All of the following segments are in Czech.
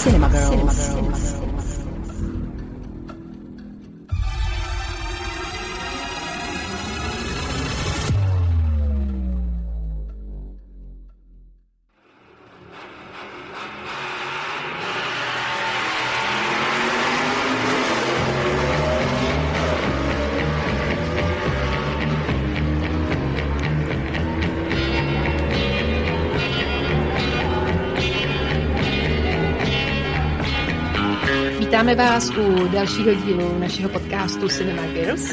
Cinema Girls. Vítáme vás u dalšího dílu našeho podcastu Cinema Girls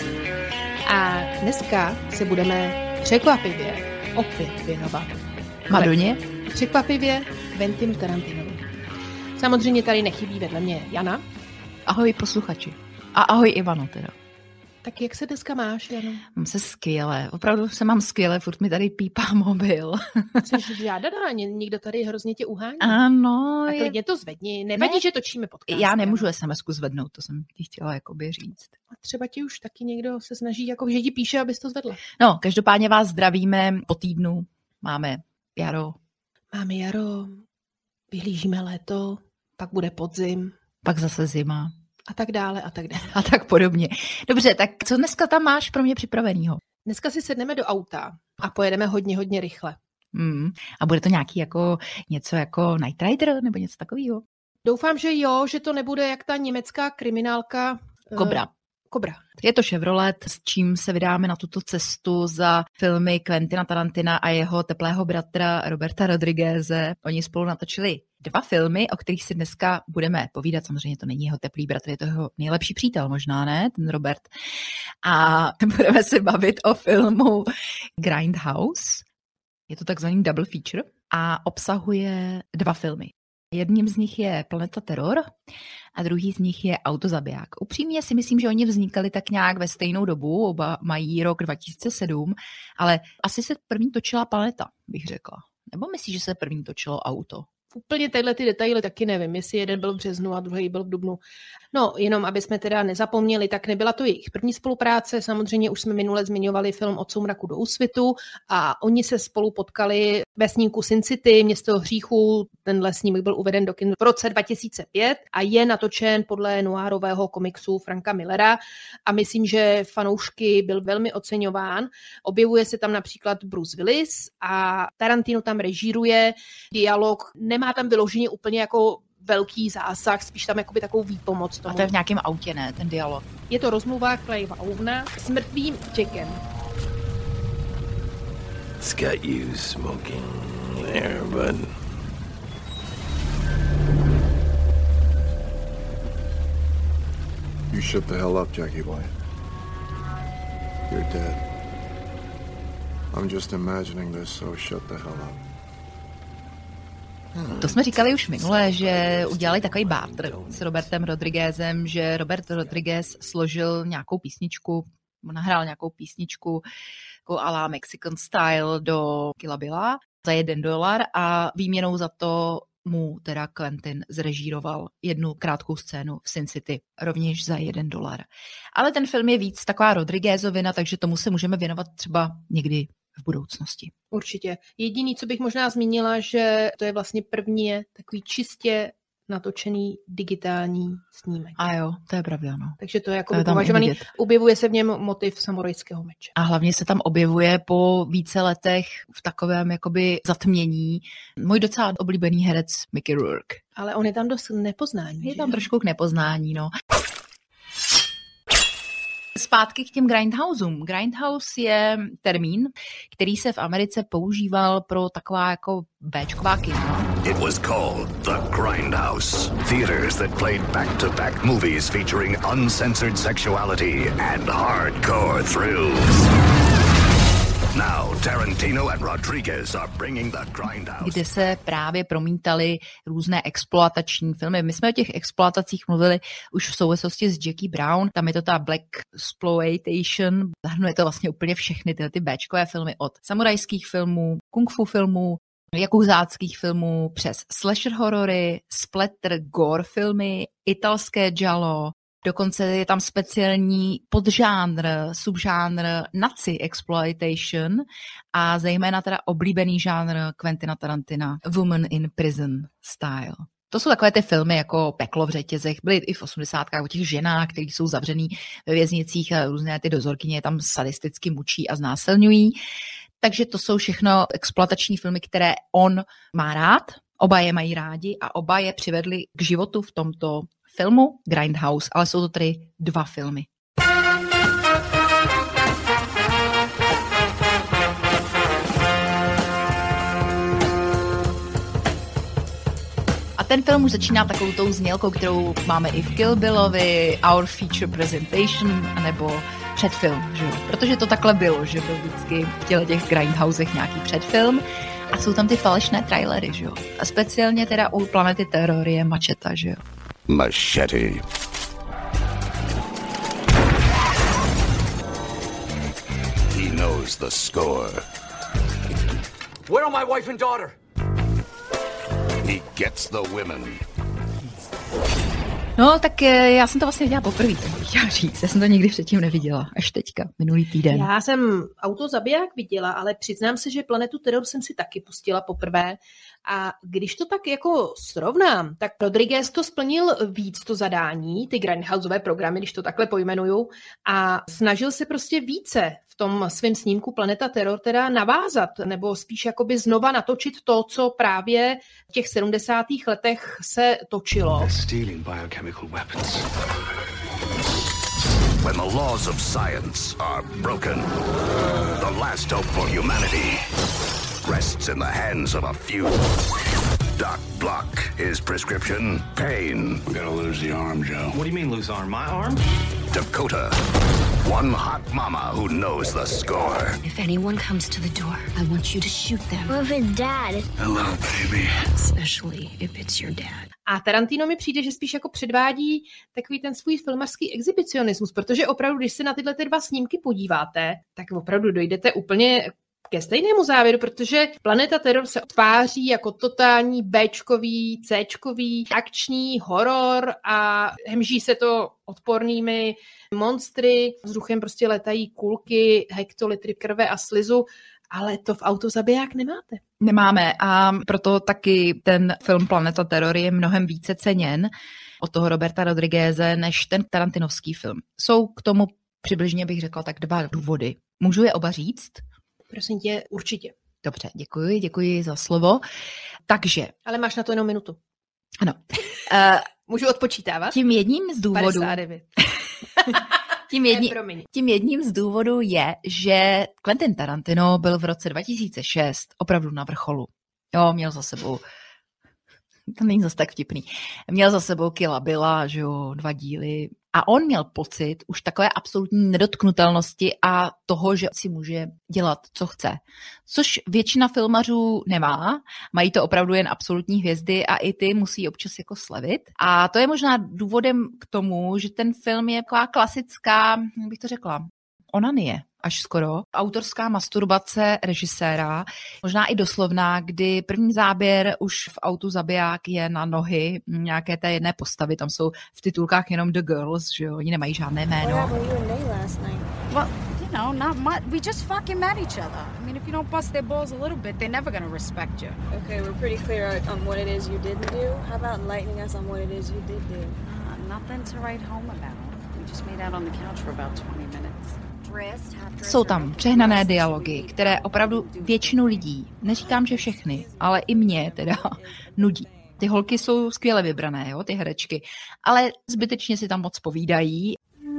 a dneska se budeme překvapivě opět věnovat Madoně? Překvapivě Quentinu Tarantinovi. Samozřejmě tady nechybí vedle mě Jana. Ahoj posluchači. A ahoj Ivano teda. Tak jak se dneska máš, Jano? Mám se skvěle, opravdu se mám skvěle, furt mi tady pípá mobil. Jsi žádaná, někdo tady hrozně tě uhání. Ano. A klidně to zvedni, nevadí, že točíme podcast. Já nemůžu SMS-ku zvednout, to jsem ti chtěla jakoby říct. A třeba ti už taky někdo se snaží, jako že ti píše, abys to zvedla. No, každopádně vás zdravíme po týdnu, máme jaro. Máme jaro, vyhlížíme léto, pak bude podzim. Pak zase zima. A tak dále, a tak dále. A tak podobně. Dobře, tak co dneska tam máš pro mě připravenýho? Dneska si sedneme do auta a pojedeme hodně rychle. A bude to nějaký jako něco jako Knight Rider nebo něco takového? Doufám, že jo, že to nebude jak ta německá kriminálka Cobra. Je to Chevrolet, s čím se vydáme na tuto cestu za filmy Quentina Tarantina a jeho teplého bratra Roberta Rodrigueze. Oni spolu natočili 2 filmy, o kterých si dneska budeme povídat. Samozřejmě to není jeho teplý bratr, je to jeho nejlepší přítel, možná ne, ten Robert. A budeme se bavit o filmu Grindhouse. Je to takzvaný double feature a obsahuje 2 filmy. Jedním z nich je Planeta teror a druhý z nich je Autozabiják. Upřímně si myslím, že oni vznikali tak nějak ve stejnou dobu, oba mají rok 2007, ale asi se první točila Planeta, bych řekla. Nebo myslíš, že se první točilo Auto? Úplně tyhle ty detaily taky nevím, jestli jeden byl v březnu a druhý byl v dubnu. No, jenom aby jsme teda nezapomněli, tak nebyla to jejich první spolupráce, samozřejmě už jsme minule zmiňovali film Od soumraku do úsvitu a oni se spolu potkali ve snímku Sin City, Město hříchů, tenhle snímek byl uveden do kin v roce 2005 a je natočen podle noárového komiksu Franka Millera a myslím, že fanoušky byl velmi oceňován. Objevuje se tam například Bruce Willis a Tarantino tam režíruje, dialog nemá tam vyloženě úplně jako velký zásah, spíš tam jakoby takovou výpomoc tomu. A to je v nějakém autě, ne, ten dialog? Je to rozmluva Clive'a Owena s mrtvým Jackem. It's got you smoking there, bud. You shut the hell up, Jackie boy. You're dead. I'm just imagining this, so shut the hell up. To jsme říkali už minule, že udělali takový barter s Robertem Rodriguezem, že Robert Rodriguez složil nějakou písničku, nahrál nějakou písničku jako à la Mexican style do Killa Billa za $1 a výměnou za to mu teda Quentin zrežíroval jednu krátkou scénu v Sin City, rovněž za $1. Ale ten film je víc taková Rodriguezovina, takže tomu se můžeme věnovat třeba někdy v budoucnosti. Určitě. Jediný, co bych možná zmínila, že to je vlastně první takový čistě natočený digitální snímek. A jo, to je pravda, no. Takže to je jako považovaný. Objevuje se v něm motiv samurajského meče. A hlavně se tam objevuje po více letech v takovém jakoby zatmění můj docela oblíbený herec Mickey Rourke. Ale on je tam dost nepoznání. Je tam trošku k nepoznání, no. Zpátky k těm grindhouseům. Grindhouse je termín, který se v Americe používal pro taková jako béčková kina. It was called The Grindhouse. Theaters that played back-to-back movies featuring uncensored sexuality and hardcore thrills. Now Tarantino and Rodriguez are bringing the Grindhouse. Kde se právě promítaly různé exploatační filmy. My jsme o těch exploatacích mluvili už v souvislosti s Jackie Brown. Tam je to ta Black Exploitation. Zahrnuje to vlastně úplně všechny ty Bčkové filmy od samurajských filmů, kung fu filmů, jakuzáckých filmů přes slasher horory, splatter gore filmy, italské giallo. Dokonce je tam speciální podžánr, subžánr Nazi exploitation a zejména teda oblíbený žánr Quentina Tarantina Woman in Prison style. To jsou takové ty filmy jako Peklo v řetězech, byly i v 80kách o těch ženách, které jsou zavřený ve věznicích a různé ty dozorkyně tam sadisticky mučí a znásilňují. Takže to jsou všechno exploatační filmy, které on má rád, oba je mají rádi a oba je přivedli k životu v tomto filmu Grindhouse, ale jsou to tedy 2 filmy. A ten film už začíná takovou tou znělkou, kterou máme i v Kill Billovi, Our Feature Presentation, nebo předfilm, že jo? Protože to takhle bylo, že byl vždycky v těch Grindhousech nějaký předfilm a jsou tam ty falešné trailery, že jo? A speciálně teda u Planety Terror je Macheta, že jo? Machete. He knows the score. Where are my wife and daughter? He gets the women. No, tak já jsem to vlastně viděla poprvé, bych chtěla říct. Já jsem to nikdy předtím neviděla, až teďka, minulý týden. Já jsem Autozabiják viděla, ale přiznám se, že Planetu Terror jsem si taky pustila poprvé. A když to tak jako srovnám, tak Rodriguez to splnil víc to zadání, ty Grindhouseové programy, když to takhle pojmenuju, a snažil se prostě více v tom svém snímku Planeta Terror teda navázat, nebo spíš jakoby znova natočit to, co právě v těch 70. letech se točilo. When the laws of science are broken, the last hope for humanity rests in the hands of a few. Doc Block, his prescription, pain. We gotta lose the arm, Joe. What do you mean lose arm? My arm? Dakota, one hot mama who knows the score. If anyone comes to the door, I want you to shoot them. What if it's Dad? Hello, baby. Especially if it's your dad. A Tarantino mi přijde, že spíš jako předvádí takový ten svůj filmařský exhibicionismus, protože opravdu, když se na tyhle 2 snímky podíváte, tak opravdu dojdete úplně ke stejnému závěru, protože Planeta Terror se tváří jako totální Bčkový, Cčkový, akční horor a hemží se to odpornými monstry, vzduchem prostě letají kulky, hektolitry krve a slizu, ale to v Autozabiják nemáte. Nemáme a proto taky ten film Planeta Terror je mnohem více ceněn od toho Roberta Rodrigueze než ten tarantinovský film. Jsou k tomu přibližně, bych řekla, tak 2 důvody. Můžu je oba říct? Prosím tě, určitě. Dobře, děkuji za slovo. Takže. Ale máš na to jenom minutu. Ano. Můžu odpočítávat? Tím jedním z důvodů... 59. Tím jedním z důvodů je, že Quentin Tarantino byl v roce 2006 opravdu na vrcholu. Jo, měl za sebou... To není zase tak vtipný. Měl za sebou Killa Billa, že jo, 2 díly. A on měl pocit už takové absolutní nedotknutelnosti a toho, že si může dělat, co chce. Což většina filmařů nemá. Mají to opravdu jen absolutní hvězdy a i ty musí občas jako slevit. A to je možná důvodem k tomu, že ten film je taková klasická, jak bych to řekla, onanie. Až skoro. Autorská masturbace režiséra, možná i doslovná, kdy první záběr už v Autozabiják je na nohy nějaké té jedné postavy. Tam jsou v titulkách jenom The Girls, že jo, oni nemají žádné jméno. Well, you know, not much. We just fucking met each other. I mean, if you don't bust their balls a little bit, they're never gonna respect you. Okay, we're pretty clear on what it is you didn't do. How about enlightening us on what it is you did do? Nothing to write home about. We just made out on the couch for about 20 minutes. Jsou tam přehnané dialogy, které opravdu většinu lidí, neříkám, že všechny, ale i mě teda nudí. Ty holky jsou skvěle vybrané, jo, ty herečky, ale zbytečně si tam moc povídají.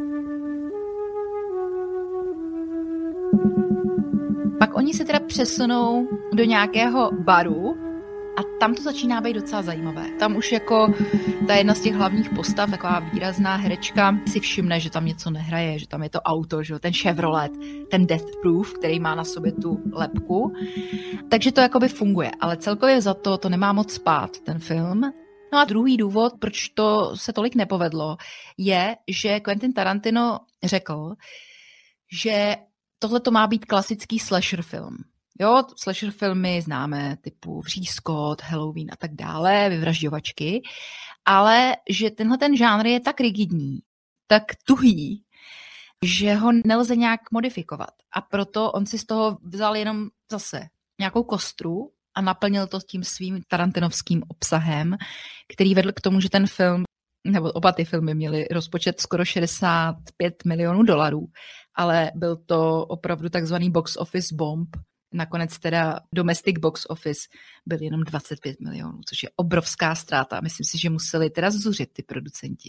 Pak oni se teda přesunou do nějakého baru a tam to začíná být docela zajímavé. Tam už jako ta jedna z těch hlavních postav, taková výrazná herečka, si všimne, že tam něco nehraje, že tam je to auto, že ten Chevrolet, ten Death Proof, který má na sobě tu lebku. Takže to jakoby funguje, ale celkově za to nemá moc spát ten film. No a druhý důvod, proč to se tolik nepovedlo, je, že Quentin Tarantino řekl, že tohle to má být klasický slasher film. Jo, slasher filmy známe, typu Vřízkot, Halloween a tak dále, vyvražďovačky, ale že tenhle ten žánr je tak rigidní, tak tuhý, že ho nelze nějak modifikovat. A proto on si z toho vzal jenom zase nějakou kostru a naplnil to tím svým tarantinovským obsahem, který vedl k tomu, že ten film, nebo oba ty filmy měly rozpočet skoro 65 milionů dolarů, ale byl to opravdu takzvaný box office bomb. Nakonec teda domestic box office byl jenom 25 milionů, což je obrovská ztráta. Myslím si, že museli teda zuřit ty producenti.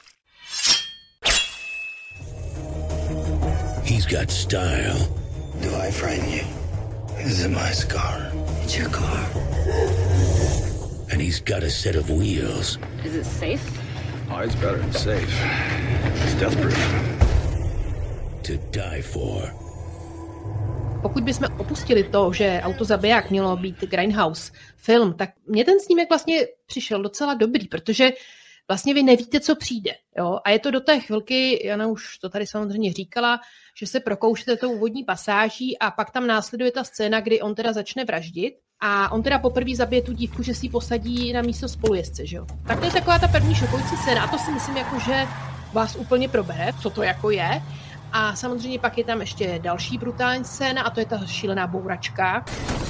He's got style. Do I frighten you? Is it my scar? It's your car. And he's got a set of wheels. Is it safe? Oh, it's better than safe. It's death-proof. To die for. Pokud bychom opustili to, že Autozabiják mělo být Grindhouse film, tak mě ten snímek vlastně přišel docela dobrý, protože vlastně vy nevíte, co přijde. Jo? A je to do té chvilky, Jana už to tady samozřejmě říkala, že se prokoušete tou úvodní pasáží a pak tam následuje ta scéna, kdy on teda začne vraždit a on teda poprvé zabije tu dívku, že si ji posadí na místo spolujezdce. Že jo? Tak to je taková ta první šokující scéna a to si myslím, jako, že vás úplně probere, co to jako je. A samozřejmě pak je tam ještě další brutální scéna a to je ta šílená bouračka.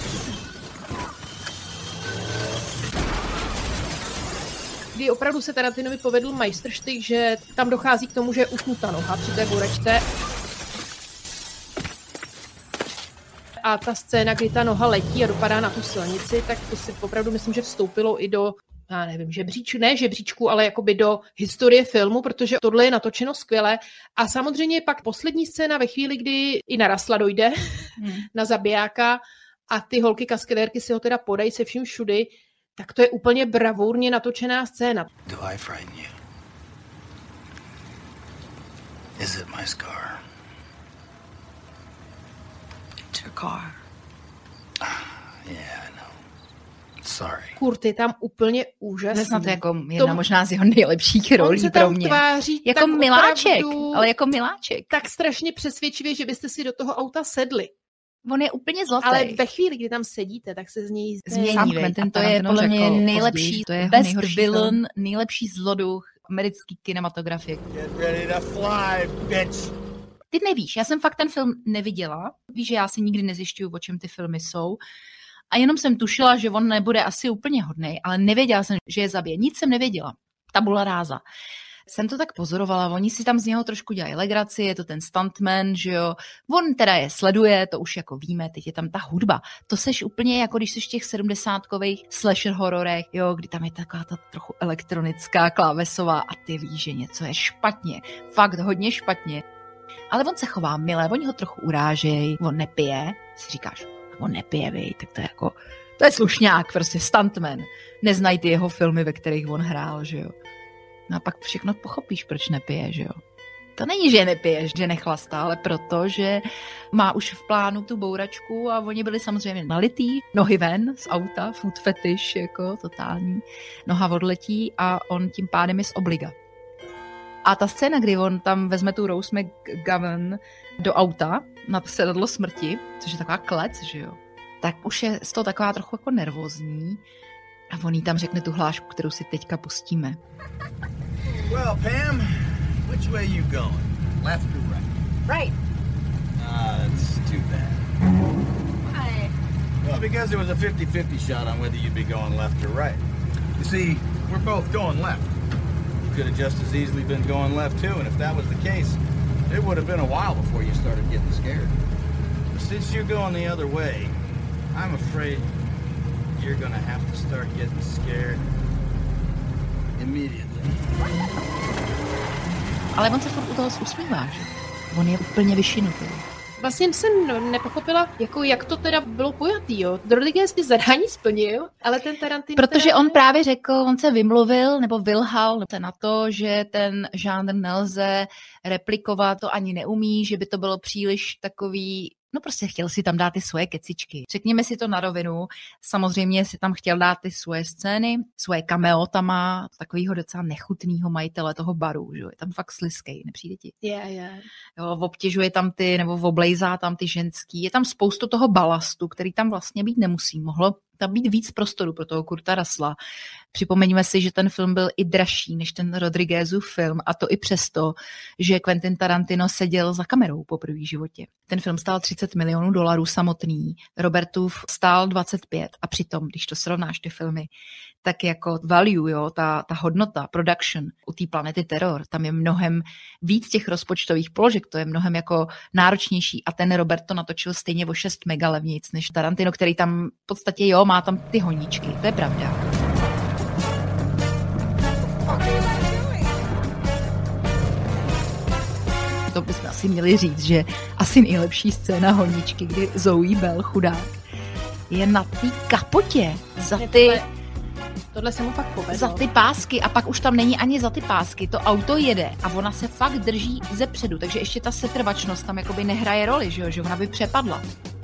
Kdy opravdu se Tarantinovi povedl majstrštyk, že tam dochází k tomu, že je utnutá noha při té bouračce. A ta scéna, kdy ta noha letí a dopadá na tu silnici, tak to si opravdu myslím, že vstoupilo i do, já nevím, žebříčku, ale jakoby do historie filmu, protože tohle je natočeno skvěle. A samozřejmě pak poslední scéna ve chvíli, kdy i na Russella dojde na zabijáka a ty holky kaskadérky si ho teda podají se vším všudy, tak to je úplně bravurně natočená scéna. Do I frighten you? Is it my scar? It's your car. Yeah, I know. Sorry. Kurt je tam úplně úžasný. Snad to jako jedna možná z jeho nejlepších rolí pro mě. Tváří jako miláček, ale jako miláček. Tak strašně přesvědčivě, že byste si do toho auta sedli. On je úplně zlatý. Ale ve chvíli, kdy tam sedíte, tak se z něj změní. Quentin to je podle mě nejlepší, to je best villain, nejlepší zloduch americký kinematografie. Get ready to fly, bitch. Ty nevíš, já jsem fakt ten film neviděla. Víš, že já si nikdy nezjišťuju, o čem ty filmy jsou. A jenom jsem tušila, že on nebude asi úplně hodnej, ale nevěděla jsem, že je zabije. Nic jsem nevěděla. Tabula ráza. Jsem to tak pozorovala, oni si tam z něho trošku dělají legraci, je to ten stuntman, že jo. On teda je sleduje, to už jako víme, teď je tam ta hudba. To seš úplně jako když seš v těch 70kových slasher hororech, jo, kdy tam je taková ta trochu elektronická, klávesová a ty víš, že něco je špatně. Fakt hodně špatně. Ale on se chová milé, oni ho trochu urážejí, on nepije, si říkáš, on nepije, vej, tak to je jako, to je slušňák, prostě stuntman. Neznají ty jeho filmy, ve kterých on hrál, že jo. No a pak všechno pochopíš, proč nepije, že jo. To není, že nepije, že nechlastá, ale proto, že má už v plánu tu bouračku a oni byli samozřejmě nalitý, nohy ven z auta, food fetish, jako totální, noha odletí a on tím pádem je z obliga. A ta scéna, kdy on tam vezme tu Rose McGowan do auta na sedadlo smrti, což je taková klec, že jo, tak už je z toho taková trochu jako nervózní a on jí tam řekne tu hlášku, kterou si teďka pustíme. Well, Pam, which way you going? Left or right? Right. That's too bad. Why? Well, because there was a 50-50 shot on whether you'd be going left or right. You see, we're both going left. You could have just as easily been going left, too, and if that was the case, it would have been a while before you started getting scared. But since you're going the other way, I'm afraid you're gonna have to start getting scared immediately. Ale on se furt u toho usmívá, že? On je úplně vyšinutý. Vlastně jsem nepochopila, jako jak to teda bylo pojatý, jo. Rodriguez ty zadání splnil, ale ten Tarantino... Protože teda... on právě řekl, on se vymluvil nebo vylhal na to, že ten žánr nelze replikovat, to ani neumí, že by to bylo příliš takový... No prostě chtěl si tam dát ty svoje kecičky. Řekněme si to na rovinu. Samozřejmě si tam chtěl dát ty svoje scény, svoje cameo tam má, takovýho docela nechutného majitele toho baru, že jo. Je tam fakt slizkej, nepřijde ti? Je. Jo, obtěžuje tam ty, nebo oblejzá tam ty ženský. Je tam spoustu toho balastu, který tam vlastně být nemusí. Mohlo tam být víc prostoru pro toho Kurta Russella. Připomeňme si, že ten film byl i dražší než ten Rodriguezův film a to i přesto, že Quentin Tarantino seděl za kamerou po první životě. Ten film stál $30 milionů samotný, Robertův stál 25 a přitom, když to srovnáš ty filmy, tak jako value, jo, ta hodnota, production u té Planety Terror, tam je mnohem víc těch rozpočtových položek, to je mnohem jako náročnější a ten Robert to natočil stejně o 6 mega levnějc než Tarantino, který tam v podstatě, jo, má tam ty honíčky, to je pravda. To bychom asi měli říct, že asi nejlepší scéna honíčky, kdy Zoe Bell, chudák, je na té kapotě za ty... Tohle se mu fakt povedlo. Za ty pásky a pak už tam není ani za ty pásky, to auto jede a ona se fakt drží zepředu, takže ještě ta setrvačnost tam jakoby nehraje roli, že ona by přepadla.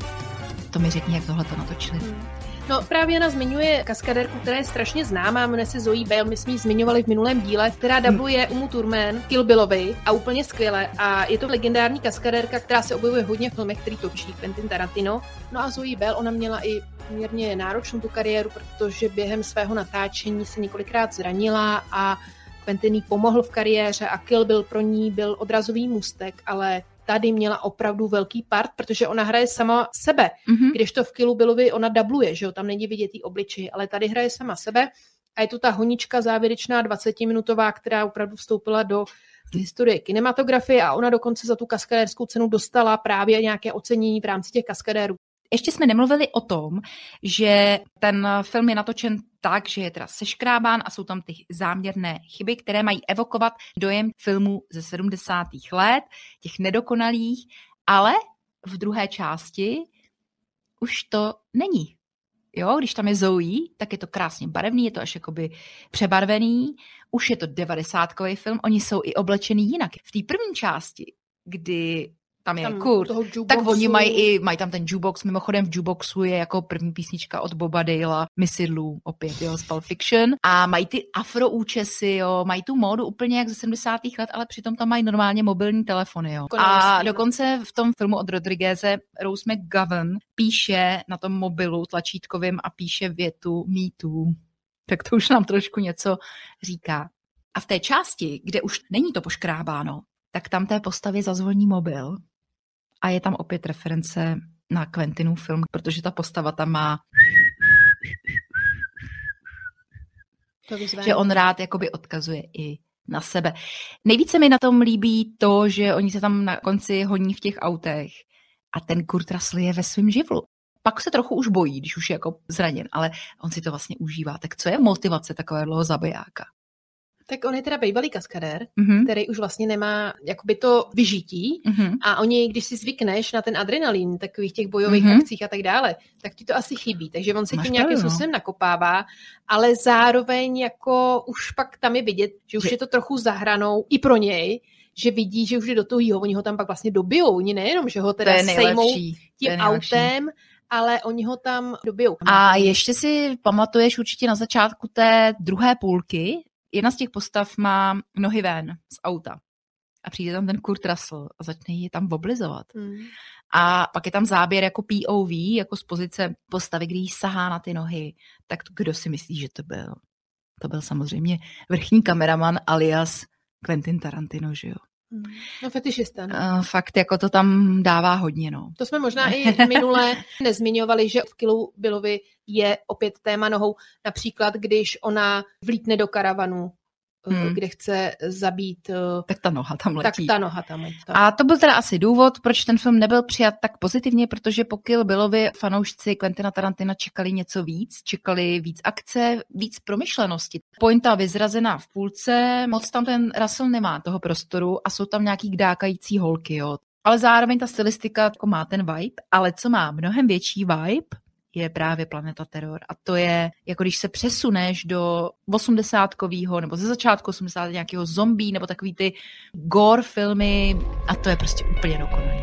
To mi řekni, jak tohle to natočili. No právě ona zmiňuje kaskadérku, která je strašně známá, jmenuje se Zoe Bell, my jsme ji zmiňovali v minulém díle, která dubluje Umu Thurman, Kill Billovi a úplně skvěle. A je to legendární kaskadérka, která se objevuje hodně v filmech, který točí Quentin Tarantino. No a Zoe Bell, ona měla i poměrně náročnou tu kariéru, protože během svého natáčení se několikrát zranila a Quentin jí pomohl v kariéře a Kill Bill pro ní byl odrazový můstek, ale tady měla opravdu velký part, protože ona hraje sama sebe, kdežto v Killu Billovi ona dubluje, že jo, tam není vidět jí obličej, ale tady hraje sama sebe a je to ta honička závěrečná 20-minutová, která opravdu vstoupila do historie kinematografie a ona dokonce za tu kaskadérskou cenu dostala právě nějaké ocenění v rámci těch kaskadérů. Ještě jsme nemluvili o tom, že ten film je natočen tak, že je teda seškrábán a jsou tam ty záměrné chyby, které mají evokovat dojem filmů ze 70. let, těch nedokonalých, ale v druhé části už to není. Jo, když tam je Zoe, tak je to krásně barevný, je to až jakoby přebarvený, už je to 90kový film, oni jsou i oblečený jinak. V té první části, kdy tam je Kurt, tak oni mají tam ten jukebox, mimochodem v jukeboxu je jako první písnička od Boba Dalea, Missy Lou, opět, jo, z Pulp Fiction, a mají ty afroúčesy, jo, mají tu módu úplně jak ze 70. let, ale přitom tam mají normálně mobilní telefony, jo. A dokonce v tom filmu od Rodrigueze Rose McGowan píše na tom mobilu tlačítkovým a píše větu Me Too. Tak to už nám trošku něco říká. A v té části, kde už není to poškrábáno, tak tam té postavě zazvoní mobil a je tam opět reference na Quentinův film, protože ta postava tam má, že on rád jakoby odkazuje i na sebe. Nejvíce mi na tom líbí to, že oni se tam na konci honí v těch autech a ten Kurt Russell je ve svém živlu. Pak se trochu už bojí, když už je jako zraněn, ale on si to vlastně užívá. Tak co je motivace takového zabijáka? Tak on je teda bývalý kaskadér, který už vlastně nemá jakoby to vyžití a oni, když si zvykneš na ten adrenalin takových těch bojových akcích a tak dále, tak ti to asi chybí. Takže on se tím nějakým způsobem nakopává, ale zároveň jako už pak tam je vidět, že už je to trochu za hranou i pro něj, že vidí, že už je do toho, oni ho tam pak vlastně dobijou. Oni nejenom, že ho teda sejmou tím autem, ale oni ho tam dobijou. A ještě si pamatuješ určitě na začátku té druhé půlky, jedna z těch postav má nohy ven z auta a přijde tam ten Kurt Russell a začne ji tam oblizovat. A pak je tam záběr jako POV, jako z pozice postavy, kdy jí sahá na ty nohy. Tak kdo si myslí, že to byl? To byl samozřejmě vrchní kameraman alias Quentin Tarantino, že jo? No fetišista, no. Fakt jako to tam dává hodně, no. To jsme možná i minule nezmiňovali, že v Killu Billovi je opět téma nohou, například když ona vlítne do karavanu, kde chce zabít... Tak ta noha tam letí. Tak ta noha tam letí. A to byl teda asi důvod, proč ten film nebyl přijat tak pozitivně, protože po Kill Billovi fanoušci Quentina Tarantina čekali něco víc, čekali víc akce, víc promyšlenosti. Pointa vyzrazená v půlce, moc tam ten Russell nemá toho prostoru a jsou tam nějaký kdákající holky, jo. Ale zároveň ta stylistika jako má ten vibe, ale co má mnohem větší vibe, je právě Planeta Terror. A to je, jako když se přesuneš do 80kovýho, nebo ze začátku 80 nějakého zombie, nebo takový ty gore filmy, a to je prostě úplně dokonalý.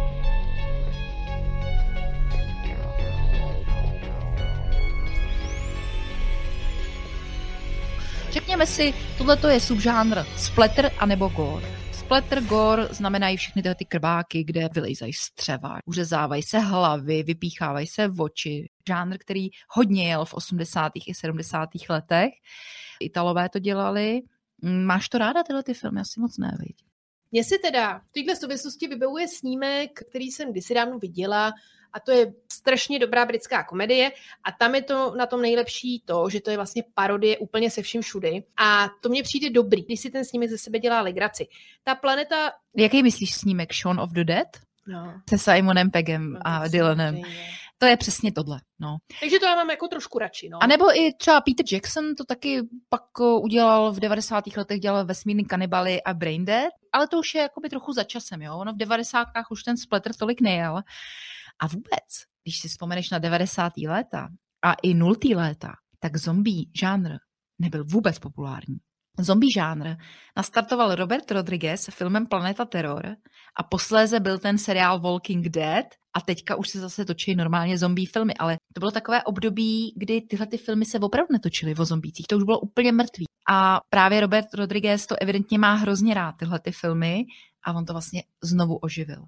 Řekněme si, tohleto je subžánr splatter anebo gore. Splatter gore znamenají všechny ty krváky, kde vylejzají střeva, uřezávají se hlavy, vypíchávají se oči. Žánr, který hodně jel v 80. i 70. letech. Italové to dělali. Máš to ráda tyhle ty filmy? Asi moc ne, viď? Mně se teda v této souvislosti vybavuje snímek, který jsem kdysi dávno viděla, a to je strašně dobrá britská komedie a tam je to na tom nejlepší to, že to je vlastně parodie úplně se vším všudy a to mně přijde dobrý, když si ten snímek ze sebe dělá legraci. Ta planeta... Jaký myslíš snímek Shaun of the Dead? No. Se Simonem Peggem a Dylanem. To je přesně tohle, no. Takže to já mám jako trošku radši, no. A nebo i třeba Peter Jackson to taky pak udělal v 90. letech, dělal Vesmírný kanibaly a Braindead, ale to už je jakoby trochu za časem, jo. Ono v 90. už ten splatter tolik nejel. A vůbec, když si vzpomeneš na 90. léta a i 0. léta, tak zombie žánr nebyl vůbec populární. Zombie žánr nastartoval Robert Rodriguez filmem Planeta Terror a posléze byl ten seriál Walking Dead a teďka už se zase točí normálně zombie filmy, ale to bylo takové období, kdy tyhle ty filmy se opravdu netočily o zombících, to už bylo úplně mrtvý. A právě Robert Rodriguez to evidentně má hrozně rád, tyhle ty filmy, a on to vlastně znovu oživil.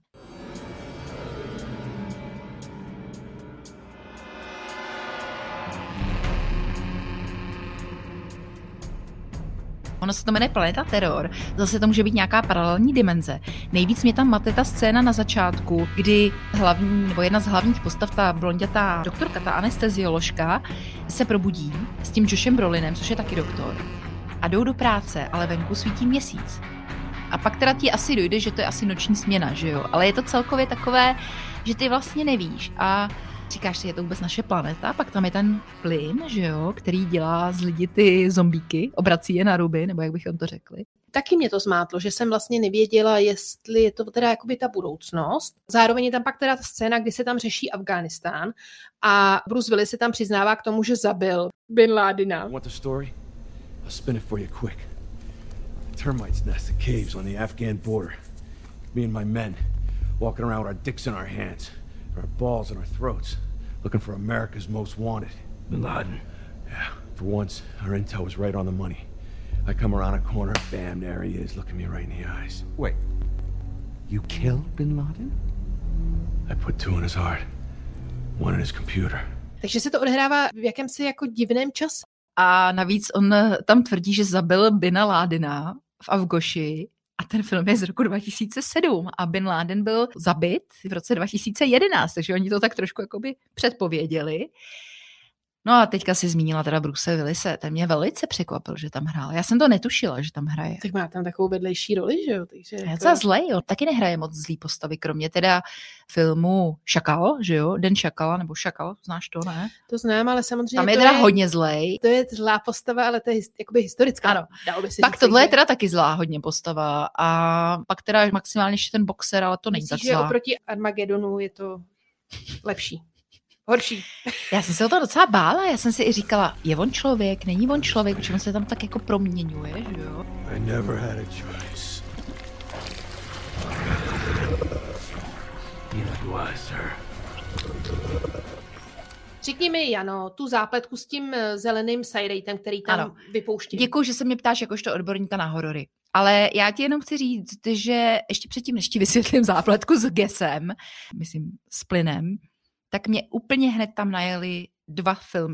Ono se to jmenuje Planeta Terror, zase to může být nějaká paralelní dimenze. Nejvíc mě tam mate ta scéna na začátku, kdy jedna z hlavních postav, ta blondětá doktorka, ta anestezioložka, se probudí s tím Joshem Brolinem, což je taky doktor, a jdou do práce, ale venku svítí měsíc. A pak teda ti asi dojde, že to je asi noční směna, že jo? Ale je to celkově takové, že ty vlastně nevíš a říkáš si, je to vůbec naše planeta, pak tam je ten plyn, že jo, který dělá z lidí ty zombíky, obrací je na ruby, nebo jak bychom to řekli. Taky mě to zmátlo, že jsem vlastně nevěděla, jestli je to teda jakoby ta budoucnost. Zároveň je tam pak teda ta scéna, kdy se tam řeší Afghánistán a Bruce Willis se tam přiznává k tomu, že zabil Bin Ládina. Want the story? I'll spin it for you quick. Termites nest in caves on the Afghan border. Me and my men walking around with our dicks in our hands. Our balls in our throats, looking for America's most wanted. Bin Laden. Yeah, for once, our intel was right on the money. I come around a corner, bam, there he is, looking me right in the eyes. Wait, you killed Bin Laden? I put 2 in his heart, 1 in his computer. Takže se to odehrává v jakémsi jako divném čase. A navíc on tam tvrdí, že zabil Bina Ládina v Afgoši. A ten film je z roku 2007 a Bin Laden byl zabit v roce 2011, takže oni to tak trošku jakoby předpověděli. No a teďka si zmínila teda Bruce Willise, ten mě velice překvapil, že tam hrál. Já jsem to netušila, že tam hraje. Tak má tam takovou vedlejší roli, že jo? Takže je to zlej, jo. Taky nehraje moc zlý postavy, kromě teda filmu Šakal, že jo? Den Šakala, nebo Šakal, znáš to, ne? To znám, ale samozřejmě tam je teda hodně zlej. To je zlá postava, ale to je jakoby historická. Ano. Dalo by si pak říct, tohle že... je teda taky zlá hodně postava a pak teda maximálně ještě ten boxer, ale to není tak zlá. Že oproti Armagedonu je to lepší. Horší. Já jsem se o to docela bála, já jsem si i říkala, je on člověk, není on člověk, protože on se tam tak jako proměňuje, že jo? I never had a choice. Neither do I, sir. Řekni mi, Jano, tu zápletku s tím zeleným sajrejtem, který tam vypouští. Děkuji, že se mě ptáš jakožto odborníka na horory. Ale já ti jenom chci říct, že ještě předtím, než ti vysvětlím zápletku s gesem, myslím s plynem, tak mě úplně hned tam najeli 2 filmy.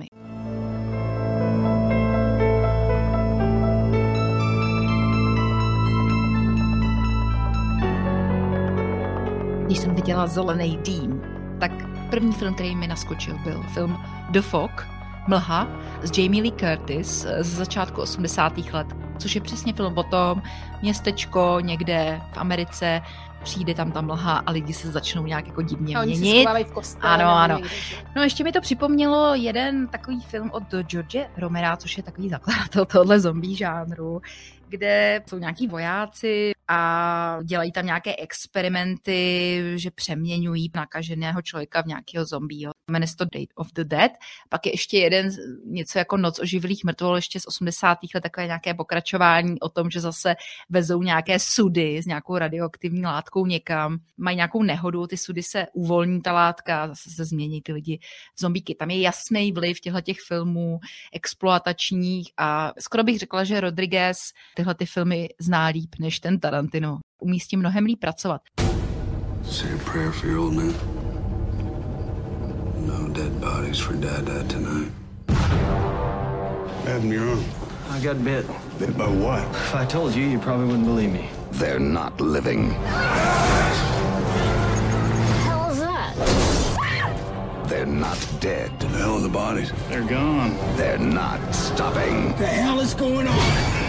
Když jsem viděla Zelený dým, tak první film, který mi naskočil, byl film The Fog, Mlha, s Jamie Lee Curtis z začátku 80. let, což je přesně film o tom, městečko někde v Americe, přijde tam ta mlha a lidi se začnou nějak jako divně měnit. Oni se schovávají v kostele. Ano. No ještě mi to připomnělo jeden takový film od George Romera, což je takový zakladatel tohle zombie žánru, kde jsou nějaký vojáci a dělají tam nějaké experimenty, že přeměňují nakaženého člověka v nějakého zombího. Jmenuje se to Day of the Dead. Pak je ještě jeden, něco jako Noc oživlých mrtvol, ještě z 80. let, takové nějaké pokračování o tom, že zase vezou nějaké sudy s nějakou radioaktivní látkou někam, mají nějakou nehodu, ty sudy se uvolní ta látka a zase se změní ty lidi v zombíky. Tam je jasný vliv těchto filmů exploatačních a skoro bych řekla, že Rodriguez tyhle ty filmy zná líp než ten Tarantino. Umí s tím mnohem líp pracovat. Say a prayer for your old man. No dead bodies for Dad tonight. What happened to your arm? I got bit. Bit by what? If I told you, you probably wouldn't believe me. They're not living. They're not dead. The hell are the bodies? They're gone. They're not stopping. The hell is going on?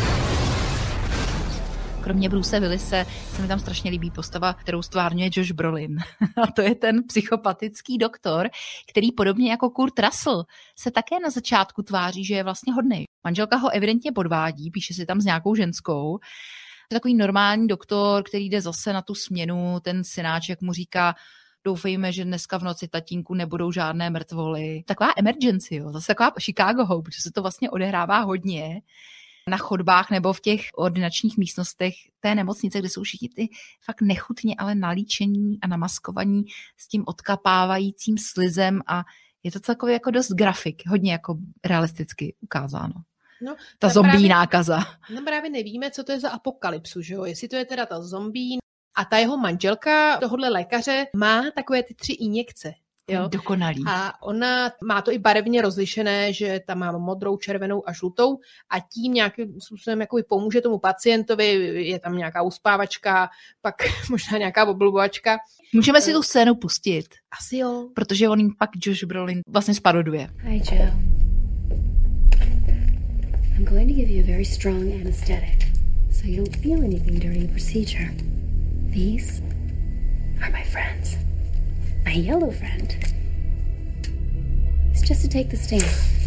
Kromě Bruce Willise se mi tam strašně líbí postava, kterou stvárňuje Josh Brolin. A to je ten psychopatický doktor, který podobně jako Kurt Russell se také na začátku tváří, že je vlastně hodnej. Manželka ho evidentně podvádí, píše si tam s nějakou ženskou. To je takový normální doktor, který jde zase na tu směnu, ten synáček mu říká: doufejme, že dneska v noci, tatínku, nebudou žádné mrtvoly. Taková emergency, jo, zase taková Chicago Hope, protože se to vlastně odehrává hodně na chodbách nebo v těch ordinačních místnostech té nemocnice, kde jsou všichni ty fakt nechutně, ale nalíčení a namaskovaní s tím odkapávajícím slizem a je to takový jako dost grafik, hodně jako realisticky ukázáno. No, ta zombie nákaza. No právě nevíme, co to je za apokalypsu, že jo? Jestli to je teda ta zombie a ta jeho manželka tohodle lékaře má takové ty 3 injekce. Jo? Dokonalý. A ona má to i barevně rozlišené, že tam má modrou, červenou a žlutou a tím nějakým způsobem jako pomůže tomu pacientovi, je tam nějaká uspávačka, pak možná nějaká oblubovačka. Můžeme si tu scénu pustit. Asi jo. Protože on jim pak Josh Brolin vlastně sparoduje. Hi Joe. I'm going to give you a very strong anesthetic so you don't feel anything during the procedure. These are my friends. My yellow friend is just to take the sting.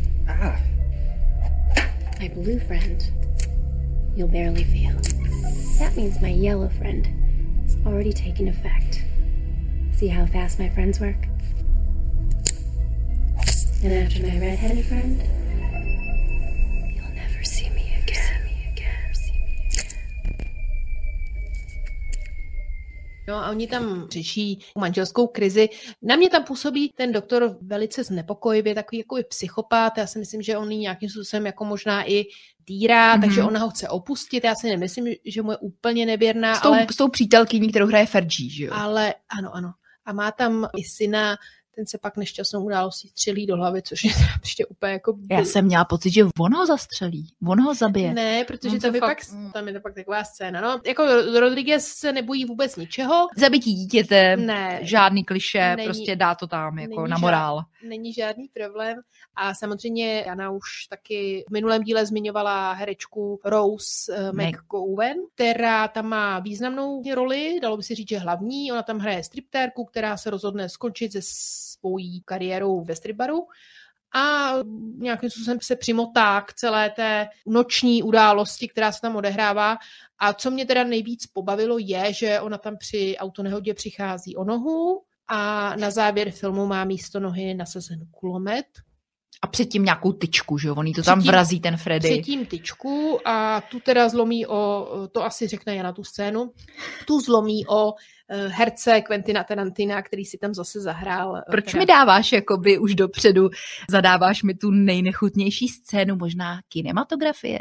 My blue friend, you'll barely feel. That means my yellow friend is already taking effect. See how fast my friends work? And after my red-headed friend, you'll never see me again. No a oni tam řeší manželskou krizi. Na mě tam působí ten doktor velice znepokojivě, takový jako psychopat. Já si myslím, že on ji nějakým způsobem jako možná i týrá, takže ona ho chce opustit. Já si nemyslím, že mu je úplně nevěrná. S tou přítelkyní, kterou hraje Fergie, že jo? Ale ano. A má tam i syna, ten se pak nešťastnou událostí střelí do hlavy, což je prostě úplně jako... Já jsem měla pocit, že on ho zastřelí, on ho zabije. Ne, protože tam je to pak taková scéna. No, jako Rodriguez se nebojí vůbec ničeho. Zabití dítěte, ne, žádný klišé, prostě dá to tam jako na morál. Není žádný problém. A samozřejmě Jana už taky v minulém díle zmiňovala herečku Rose McGowan, která tam má významnou roli, dalo by si říct, že hlavní. Ona tam hraje striptérku, která se rozhodne skončit se svojí kariérou ve stripbaru a nějakým způsobem se přimotá k celé té noční události, která se tam odehrává. A co mě teda nejvíc pobavilo je, že ona tam při autonehodě přichází o nohu a na závěr filmu má místo nohy nasazen kulomet. A předtím nějakou tyčku, že jo? On jí to tam vrazí, ten Freddy. Předtím tyčku a tu teda zlomí to asi řekne Jana tu scénu, tu zlomí o herce Quentina Tarantina, který si tam zase zahrál. Proč mi dáváš, jakoby už dopředu, zadáváš mi tu nejnechutnější scénu, možná kinematografie?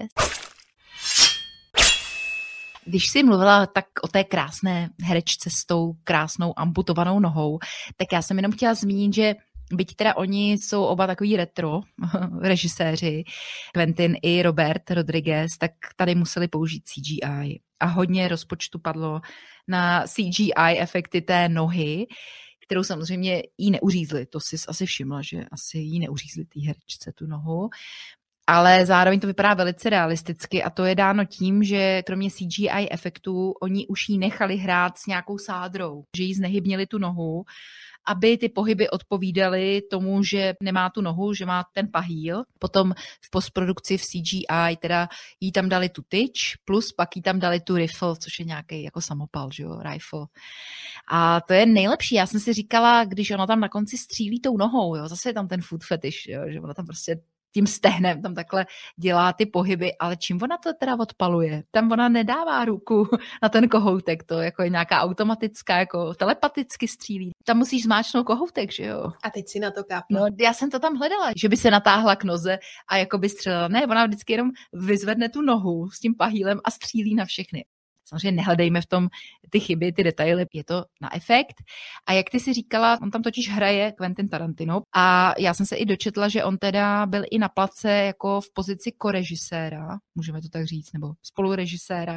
Když jsi mluvila tak o té krásné herečce s tou krásnou amputovanou nohou, tak já jsem jenom chtěla zmínit, že byť teda oni jsou oba takový retro režiséři, Quentin i Robert Rodriguez, tak tady museli použít CGI. A hodně rozpočtu padlo na CGI efekty té nohy, kterou samozřejmě jí neuřízli. To jsi asi všimla, že asi jí neuřízli té herečce tu nohu. Ale zároveň to vypadá velice realisticky a to je dáno tím, že kromě CGI efektů oni už jí nechali hrát s nějakou sádrou, že jí znehybnili tu nohu, aby ty pohyby odpovídaly tomu, že nemá tu nohu, že má ten pahýl. Potom v postprodukci v CGI teda jí tam dali tu tyč, plus pak jí tam dali tu rifle, což je nějaký jako samopal, že jo, rifle. A to je nejlepší. Já jsem si říkala, když ona tam na konci střílí tou nohou, jo, zase je tam ten food fetish, jo, že ona tam prostě tím stehnem tam takhle dělá ty pohyby, ale čím ona to teda odpaluje? Tam ona nedává ruku na ten kohoutek, to jako je nějaká automatická, jako telepaticky střílí. Tam musíš zmáčknout kohoutek, že jo? A teď si na to kápla. No, já jsem to tam hledala, že by se natáhla k noze a jako by střelila. Ne, ona vždycky jenom vyzvedne tu nohu s tím pahýlem a střílí na všechny. Samozřejmě nehledejme v tom ty chyby, ty detaily, je to na efekt. A jak ty si říkala, on tam totiž hraje Quentin Tarantino a já jsem se i dočetla, že on teda byl i na place jako v pozici korežiséra, můžeme to tak říct, nebo spolurežiséra.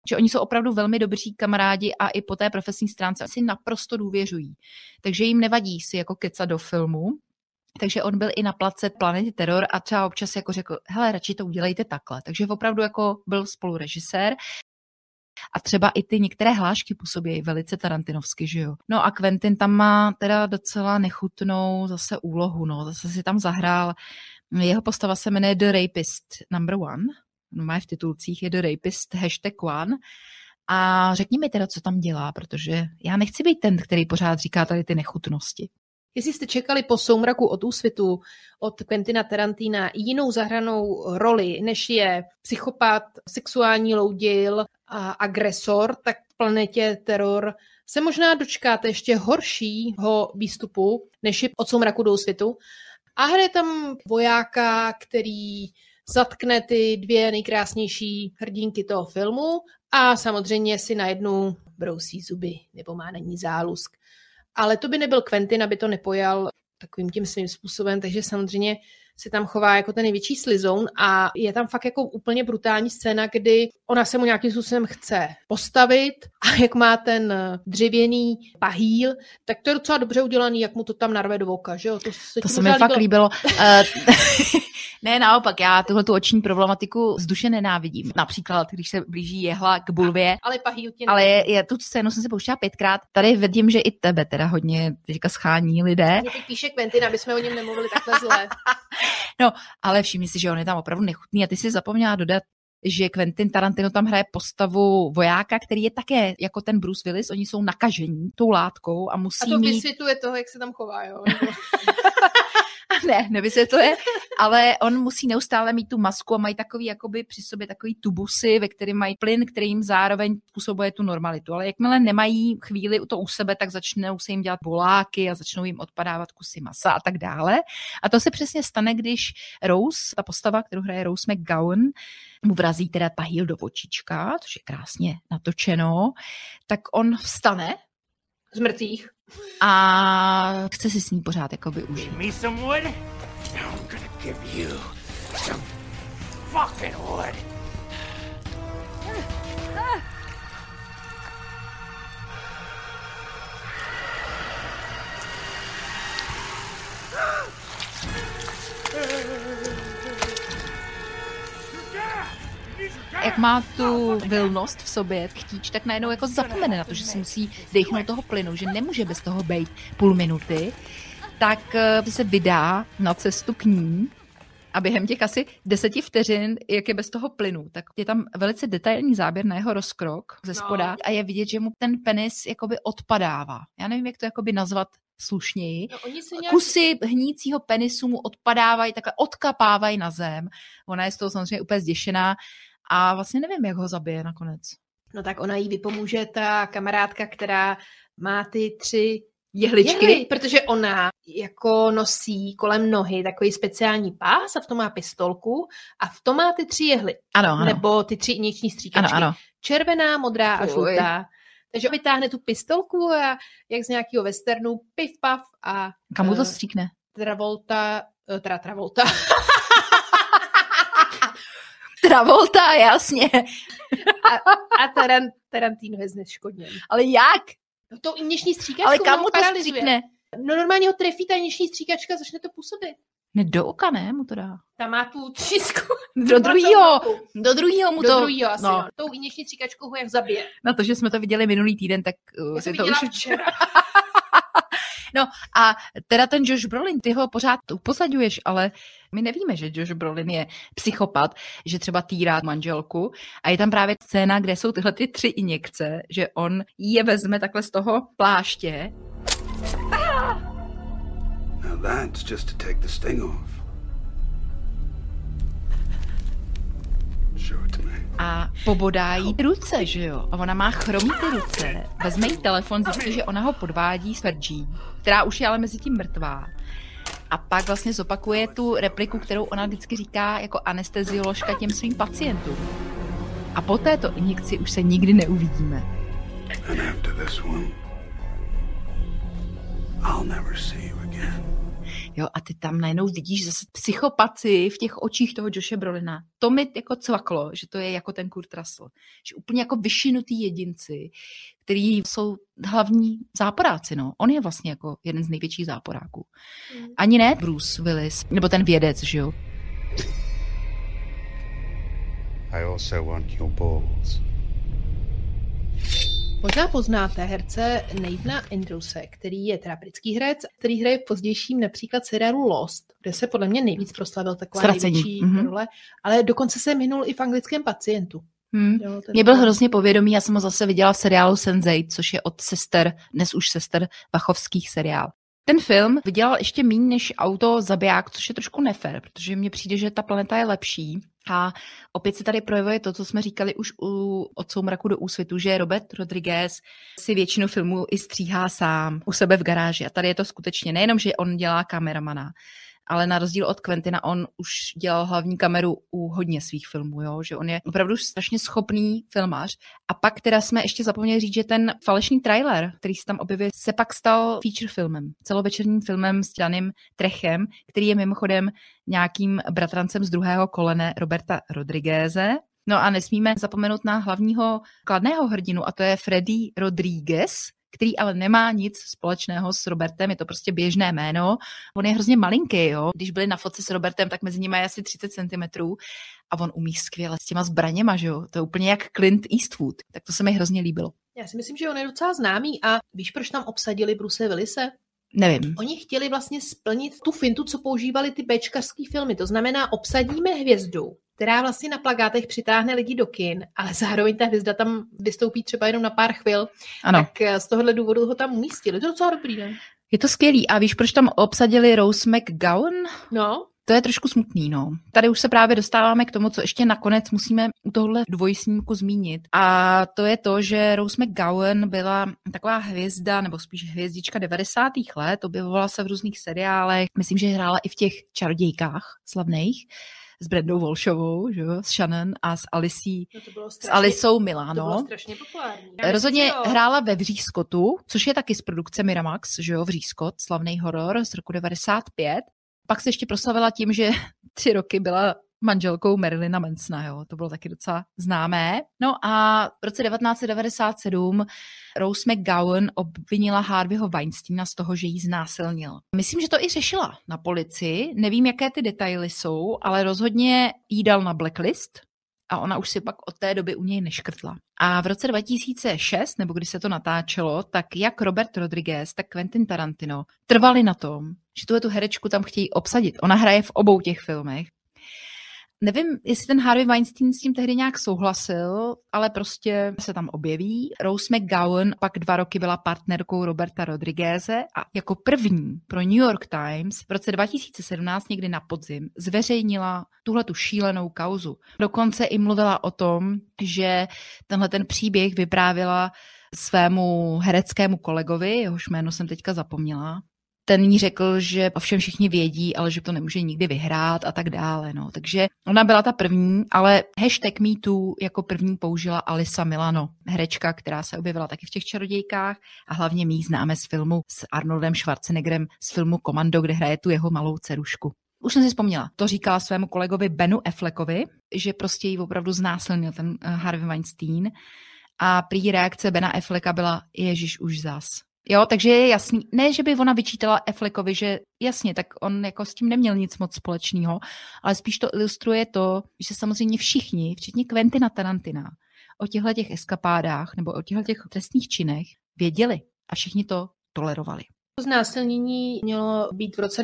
Že oni jsou opravdu velmi dobří kamarádi a i po té profesní stránce si naprosto důvěřují. Takže jim nevadí si jako kecat do filmu. Takže on byl i na place Planety Terror a třeba občas jako řekl, hele, radši to udělejte takhle. Takže opravdu jako byl spolurežisér. A třeba i ty některé hlášky působí velice tarantinovsky, že jo. No a Quentin tam má teda docela nechutnou zase úlohu, no. Zase si tam zahrál. Jeho postava se jmenuje The Rapist #1. No, má v titulcích je The Rapist #1. A řekni mi teda, co tam dělá, protože já nechci být ten, který pořád říká tady ty nechutnosti. Jestli jste čekali po Soumraku od úsvitu od Quentina Tarantina jinou zahranou roli, než je psychopat, sexuální loudil a agresor, tak v Planetě Terror se možná dočkáte ještě horšího výstupu, než je od Soumraku do úsvitu. A hraje tam vojáka, který zatkne ty 2 nejkrásnější hrdinky toho filmu a samozřejmě si na jednu brousí zuby nebo má na ní zálusk. Ale to by nebyl Quentin, aby to nepojal takovým tím svým způsobem, takže samozřejmě se tam chová jako ten největší slizoun a je tam fakt jako úplně brutální scéna, kdy ona se mu nějakým způsobem chce postavit a jak má ten dřevěný pahýl, tak to je docela dobře udělaný, jak mu to tam narve do oka, že jo? To se mi fakt líbilo. Ne, naopak, já tuhletu oční problematiku z duše nenávidím. Například, když se blíží jehla k bulvě. Ale pahýl tě ale je tu scénu jsem se pouštěla 5krát. Tady vidím, že i tebe teda hodně teďka schání lidé. Mě teď píše Quentin, aby jsme o něm nemluvili takhle zle. No, ale všimni si, že on je tam opravdu nechutný a ty si zapomněla dodat, že Quentin Tarantino tam hraje postavu vojáka, který je také jako ten Bruce Willis, oni jsou nakažení tou látkou a musí mít... A to mít... vysvětluje toho, jak se tam chová, jo? Ne, nevysvětluje, ale on musí neustále mít tu masku a mají takový jakoby při sobě takový tubusy, ve kterém mají plyn, který jim zároveň způsobuje tu normalitu. Ale jakmile nemají chvíli to u sebe, tak začnou se jim dělat boláky a začnou jim odpadávat kusy masa a tak dále. A to se přesně stane, když Rose, ta postava, kterou hraje Rose McGowan, mu vrazí teda pahýl do očička, což je krásně natočeno, tak on vstane z mrtvých a chce si s ní pořád jakoby užít. Me some wood? I'm gonna give you some fucking wood. Jak má tu vilnost v sobě, chtíč, tak najednou jako zapomene na to, že si musí dechnout toho plynu, že nemůže bez toho bejt půl minuty, tak se vydá na cestu k ní a během těch asi 10 vteřin, jak je bez toho plynu, tak je tam velice detailní záběr na jeho rozkrok ze spoda a je vidět, že mu ten penis jakoby odpadává. Já nevím, jak to jakoby nazvat slušněji. No, Kusy hnícího penisu mu odpadávají, takhle odkapávají na zem. Ona je z toho samozřejmě úplně zděšená a vlastně nevím, jak ho zabije nakonec. No tak ona jí vypomůže ta kamarádka, která má ty 3 jehličky, protože ona jako nosí kolem nohy takový speciální pás a v tom má pistolku a v tom má ty 3 jehly. Ano. Nebo ty 3 injekční stříkačky. Ano. Červená, modrá a žlutá. Takže vytáhne tu pistolku a jak z nějakého westernu, piv, pav a... Kam mu to stříkne? Travolta. Travolta, jasně. A Tarantino je zneškodněn. Ale jak? No to injekční stříkačku. Ale kam mu to stříkne? No normálně ho trefí ta injekční stříkačka, začne to působit. Ne, do oka, ne, mu to dá. Tam má tu třísku. Do druhýho mu to... Do druhýho asi, no. Tou injekční stříkačkou ho jak zabije. Na to, že jsme to viděli minulý týden, tak si to už... včera. No a teda ten Josh Brolin, ty ho pořád upozadňuješ, ale my nevíme, že Josh Brolin je psychopat, že třeba týrá manželku a je tam právě scéna, kde jsou tyhle ty 3 injekce, že on je vezme takhle z toho pláště. Now that's just to take the sting off. Show it to me. A pobodá jí ruce, že jo? A ona má chromý ty ruce. Vezme jí telefon, zjistí, že ona ho podvádí s Fergie, která už je ale mezi tím mrtvá. A pak vlastně zopakuje tu repliku, kterou ona vždycky říká jako anestezioložka těm svým pacientům. A po této injekci už se nikdy neuvidíme. And after this one, I'll never see you again. Jo, a ty tam najednou vidíš zase psychopaci v těch očích toho Joshe Brolina. To mi jako cvaklo, že to je jako ten Kurt Russell. Že úplně jako vyšinutý jedinci, který jsou hlavní záporáci, no. On je vlastně jako jeden z největších záporáků. Ani ne Bruce Willis, nebo ten vědec, že jo. I also want your balls. Možná poznáte herce Nathana Andrewse, který je teda britský herec, který hraje v pozdějším například seriálu Lost, kde se podle mě nejvíc proslavil taková největší role, ale dokonce se minul i v Anglickém pacientu. Mě byl hrozně povědomý, já jsem ho zase viděla v seriálu Sense8, což je od sester, dnes už sester Wachowských seriál. Ten film vydělal ještě méně než Auto zabiják, což je trošku nefér, protože mně přijde, že ta planeta je lepší. A opět se tady projevuje to, co jsme říkali už od Soumraku do úsvitu, že Robert Rodriguez si většinu filmů i stříhá sám u sebe v garáži. A tady je to skutečně nejenom, že on dělá kameramana, ale na rozdíl od Quentina on už dělal hlavní kameru u hodně svých filmů, jo? Že on je opravdu strašně schopný filmař. A pak teda jsme ještě zapomněli říct, že ten falešný trailer, který se tam objevil, se pak stal feature filmem, celovečerním filmem s Danem Trechem, který je mimochodem nějakým bratrancem z druhého kolene Roberta Rodrigueze. No a nesmíme zapomenout na hlavního kladného hrdinu, a to je Freddy Rodriguez, který ale nemá nic společného s Robertem, je to prostě běžné jméno. On je hrozně malinký, jo. Když byli na fotce s Robertem, tak mezi nimi je asi 30 cm a on umí skvěle s těma zbraněma, že jo. To je úplně jak Clint Eastwood, tak to se mi hrozně líbilo. Já si myslím, že on je docela známý a víš, proč tam obsadili Bruce Willise? Nevím. Oni chtěli vlastně splnit tu fintu, co používali ty béčkarský filmy. To znamená, obsadíme hvězdu, která vlastně na plakátech přitáhne lidi do kin, ale zároveň ta hvězda tam vystoupí třeba jenom na pár chvil. Ano. Tak z tohohle důvodu ho tam umístili. To je docela dobrý, ne? Je to skvělý. A víš, proč tam obsadili Rose McGowan? No. To je trošku smutný, no. Tady už se právě dostáváme k tomu, co ještě nakonec musíme u tohohle dvojsnímku zmínit. A to je to, že Rose McGowan byla taková hvězda, nebo spíš hvězdička 90. let, objevovala se v různých seriálech. Myslím, že hrála i v těch Čarodějkách slavných s Brandou Walshovou, že jo, s Shannon a s Alicí, s Alicou Milano. To bylo strašně populární. Rozhodně hrála ve Vřískotu, což je taky z produkce Miramax, že jo, Vřískot, slavný horor z roku 95. Pak se ještě proslavila tím, že 3 roky byla manželkou Marilyna Mansona, jo. To bylo taky docela známé. No a v roce 1997 Rose McGowan obvinila Harveyho Weinsteina z toho, že jí znásilnil. Myslím, že to i řešila na policii. Nevím, jaké ty detaily jsou, ale rozhodně jí dal na blacklist a ona už si pak od té doby u něj neškrtla. A v roce 2006, nebo když se to natáčelo, tak jak Robert Rodriguez, tak Quentin Tarantino trvali na tom, že tu herečku tam chtějí obsadit. Ona hraje v obou těch filmech. Nevím, jestli ten Harvey Weinstein s tím tehdy nějak souhlasil, ale prostě se tam objeví. Rose McGowan pak 2 roky byla partnerkou Roberta Rodrigueze a jako první pro New York Times v roce 2017 někdy na podzim zveřejnila tuhletu šílenou kauzu. Dokonce i mluvila o tom, že tenhle ten příběh vyprávěla svému hereckému kolegovi, jehož jméno jsem teďka zapomněla. Ten jí řekl, že ovšem všichni vědí, ale že to nemůže nikdy vyhrát a tak dále. No. Takže ona byla ta první, ale hashtag MeToo jako první použila Alyssa Milano, herečka, která se objevila taky v těch Čarodějkách a hlavně my ji známe z filmu s Arnoldem Schwarzeneggerem, z filmu Komando, kde hraje tu jeho malou dcerušku. Už jsem si vzpomněla, to říkala svému kolegovi Benu Affleckovi, že prostě ji opravdu znásilnil ten Harvey Weinstein a prý reakce Bena Afflecka byla ježiš už zas. Jo, takže je jasný, ne, že by ona vyčítala Affleckovi, že jasně, tak on jako s tím neměl nic moc společného, ale spíš to ilustruje to, že samozřejmě všichni, včetně Quentina Tarantina, o těchto eskapádách nebo o těchto trestných činech věděli a všichni to tolerovali. Znásilnění mělo být v roce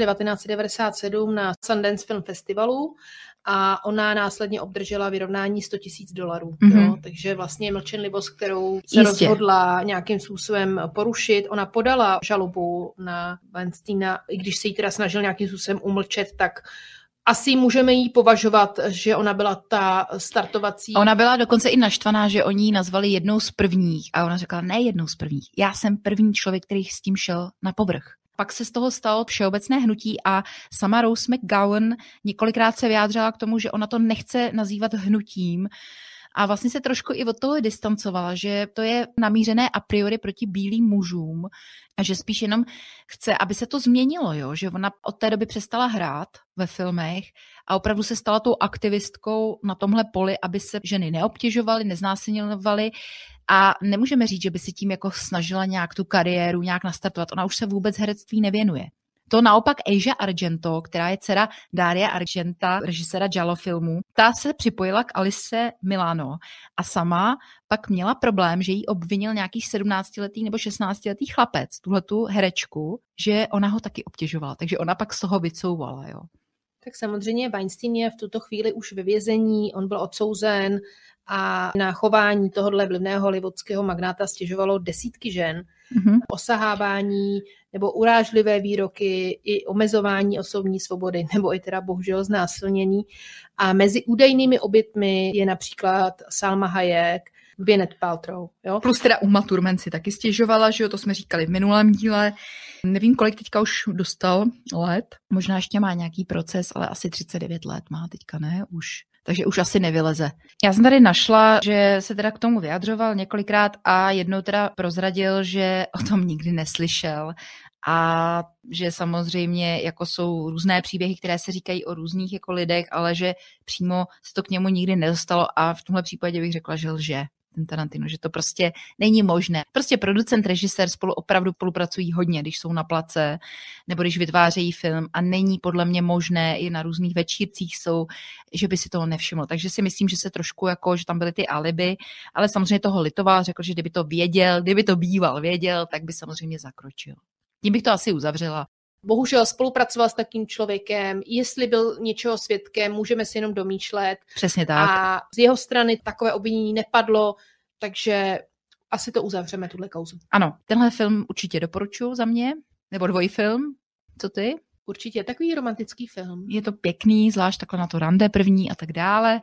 1997 na Sundance Film Festivalu a ona následně obdržela vyrovnání $100,000. Jo? Takže vlastně mlčenlivost, kterou se rozhodla nějakým způsobem porušit. Ona podala žalobu na Weinsteina, i když se jí teda snažil nějakým způsobem umlčet, tak asi můžeme jí považovat, že ona byla ta startovací. Ona byla dokonce i naštvaná, že oni ji nazvali jednou z prvních a ona řekla, ne jednou z prvních, já jsem první člověk, který s tím šel na povrch. Pak se z toho stalo všeobecné hnutí a sama Rose McGowan několikrát se vyjádřila k tomu, že ona to nechce nazývat hnutím, a vlastně se trošku i od toho distancovala, že to je namířené a priori proti bílým mužům a že spíš jenom chce, aby se to změnilo, jo? Že ona od té doby přestala hrát ve filmech a opravdu se stala tou aktivistkou na tomhle poli, aby se ženy neobtěžovaly, neznásilňovaly a nemůžeme říct, že by si tím jako snažila nějak tu kariéru nějak nastartovat. Ona už se vůbec herectví nevěnuje. To naopak Asia Argento, která je dcera Daria Argenta, režiséra Giallo filmů, ta se připojila k Alice Milano a sama pak měla problém, že jí obvinil nějaký 17letý nebo 16letý chlapec, tuhletu herečku, že ona ho taky obtěžovala, takže ona pak z toho vycouvala, jo. Tak samozřejmě Weinstein je v tuto chvíli už ve vězení, on byl odsouzen a na chování tohohle vlivného hollywoodského magnáta stěžovalo desítky žen. Osahávání nebo urážlivé výroky i omezování osobní svobody nebo i teda bohužel znásilnění. A mezi údajnými obětmi je například Salma Hayek, Gwyneth Paltrow. Jo? Plus teda Uma Thurman si taky stěžovala, že jo, to jsme říkali v minulém díle. Nevím, kolik teďka už dostal let. Možná ještě má nějaký proces, ale asi 39 let má teďka, ne? Takže už asi nevyleze. Já jsem tady našla, že se teda k tomu vyjadřoval několikrát a jednou teda prozradil, že o tom nikdy neslyšel a že samozřejmě jako jsou různé příběhy, které se říkají o různých jako lidech, ale že přímo se to k němu nikdy nedostalo a v tomhle případě bych řekla, že lže ten Tarantino, že to prostě není možné. Prostě producent, režisér spolu opravdu spolupracují hodně, když jsou na place nebo když vytvářejí film a není podle mě možné, i na různých večírcích jsou, že by si toho nevšiml. Takže si myslím, že se trošku jako, že tam byly ty alibi, ale samozřejmě toho litoval, řekl, že kdyby to věděl, kdyby to býval věděl, tak by samozřejmě zakročil. Tím bych to asi uzavřela. Bohužel spolupracoval s takým člověkem, jestli byl něčeho svědkem, můžeme si jenom domýšlet. Přesně tak. A z jeho strany takové obvinění nepadlo, takže asi to uzavřeme, tuhle kauzu. Ano, tenhle film určitě doporučuji za mě, nebo dvojfilm. Co ty? Určitě, takový romantický film. Je to pěkný, zvlášť takhle na to rande první a tak dále.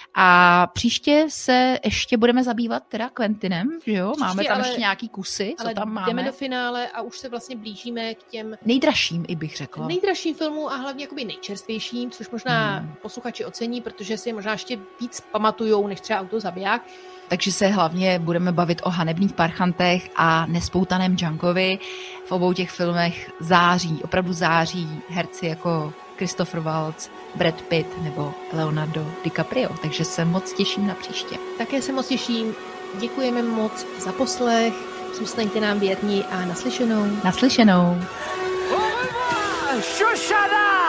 A příště se ještě budeme zabývat teda Quentinem, že jo? Máme tam ještě nějaký kusy, co tam máme. Jdeme do finále a už se vlastně blížíme k těm nejdražším, i bych řekla. Nejdražším filmům a hlavně jakoby nejčerstvějším, což možná posluchači ocení, protože si je možná ještě víc pamatujou, než třeba Auto zabiják. Takže se hlavně budeme bavit o Hanebných parchantech a Nespoutaném Junkovi. V obou těch filmech opravdu září herci jako Christopher Waltz, Brad Pitt nebo Leonardo DiCaprio. Takže se moc těším na příště. Také se moc těším. Děkujeme moc za poslech. Zůstaňte nám věrní a naslyšenou. Naslyšenou. Shushada!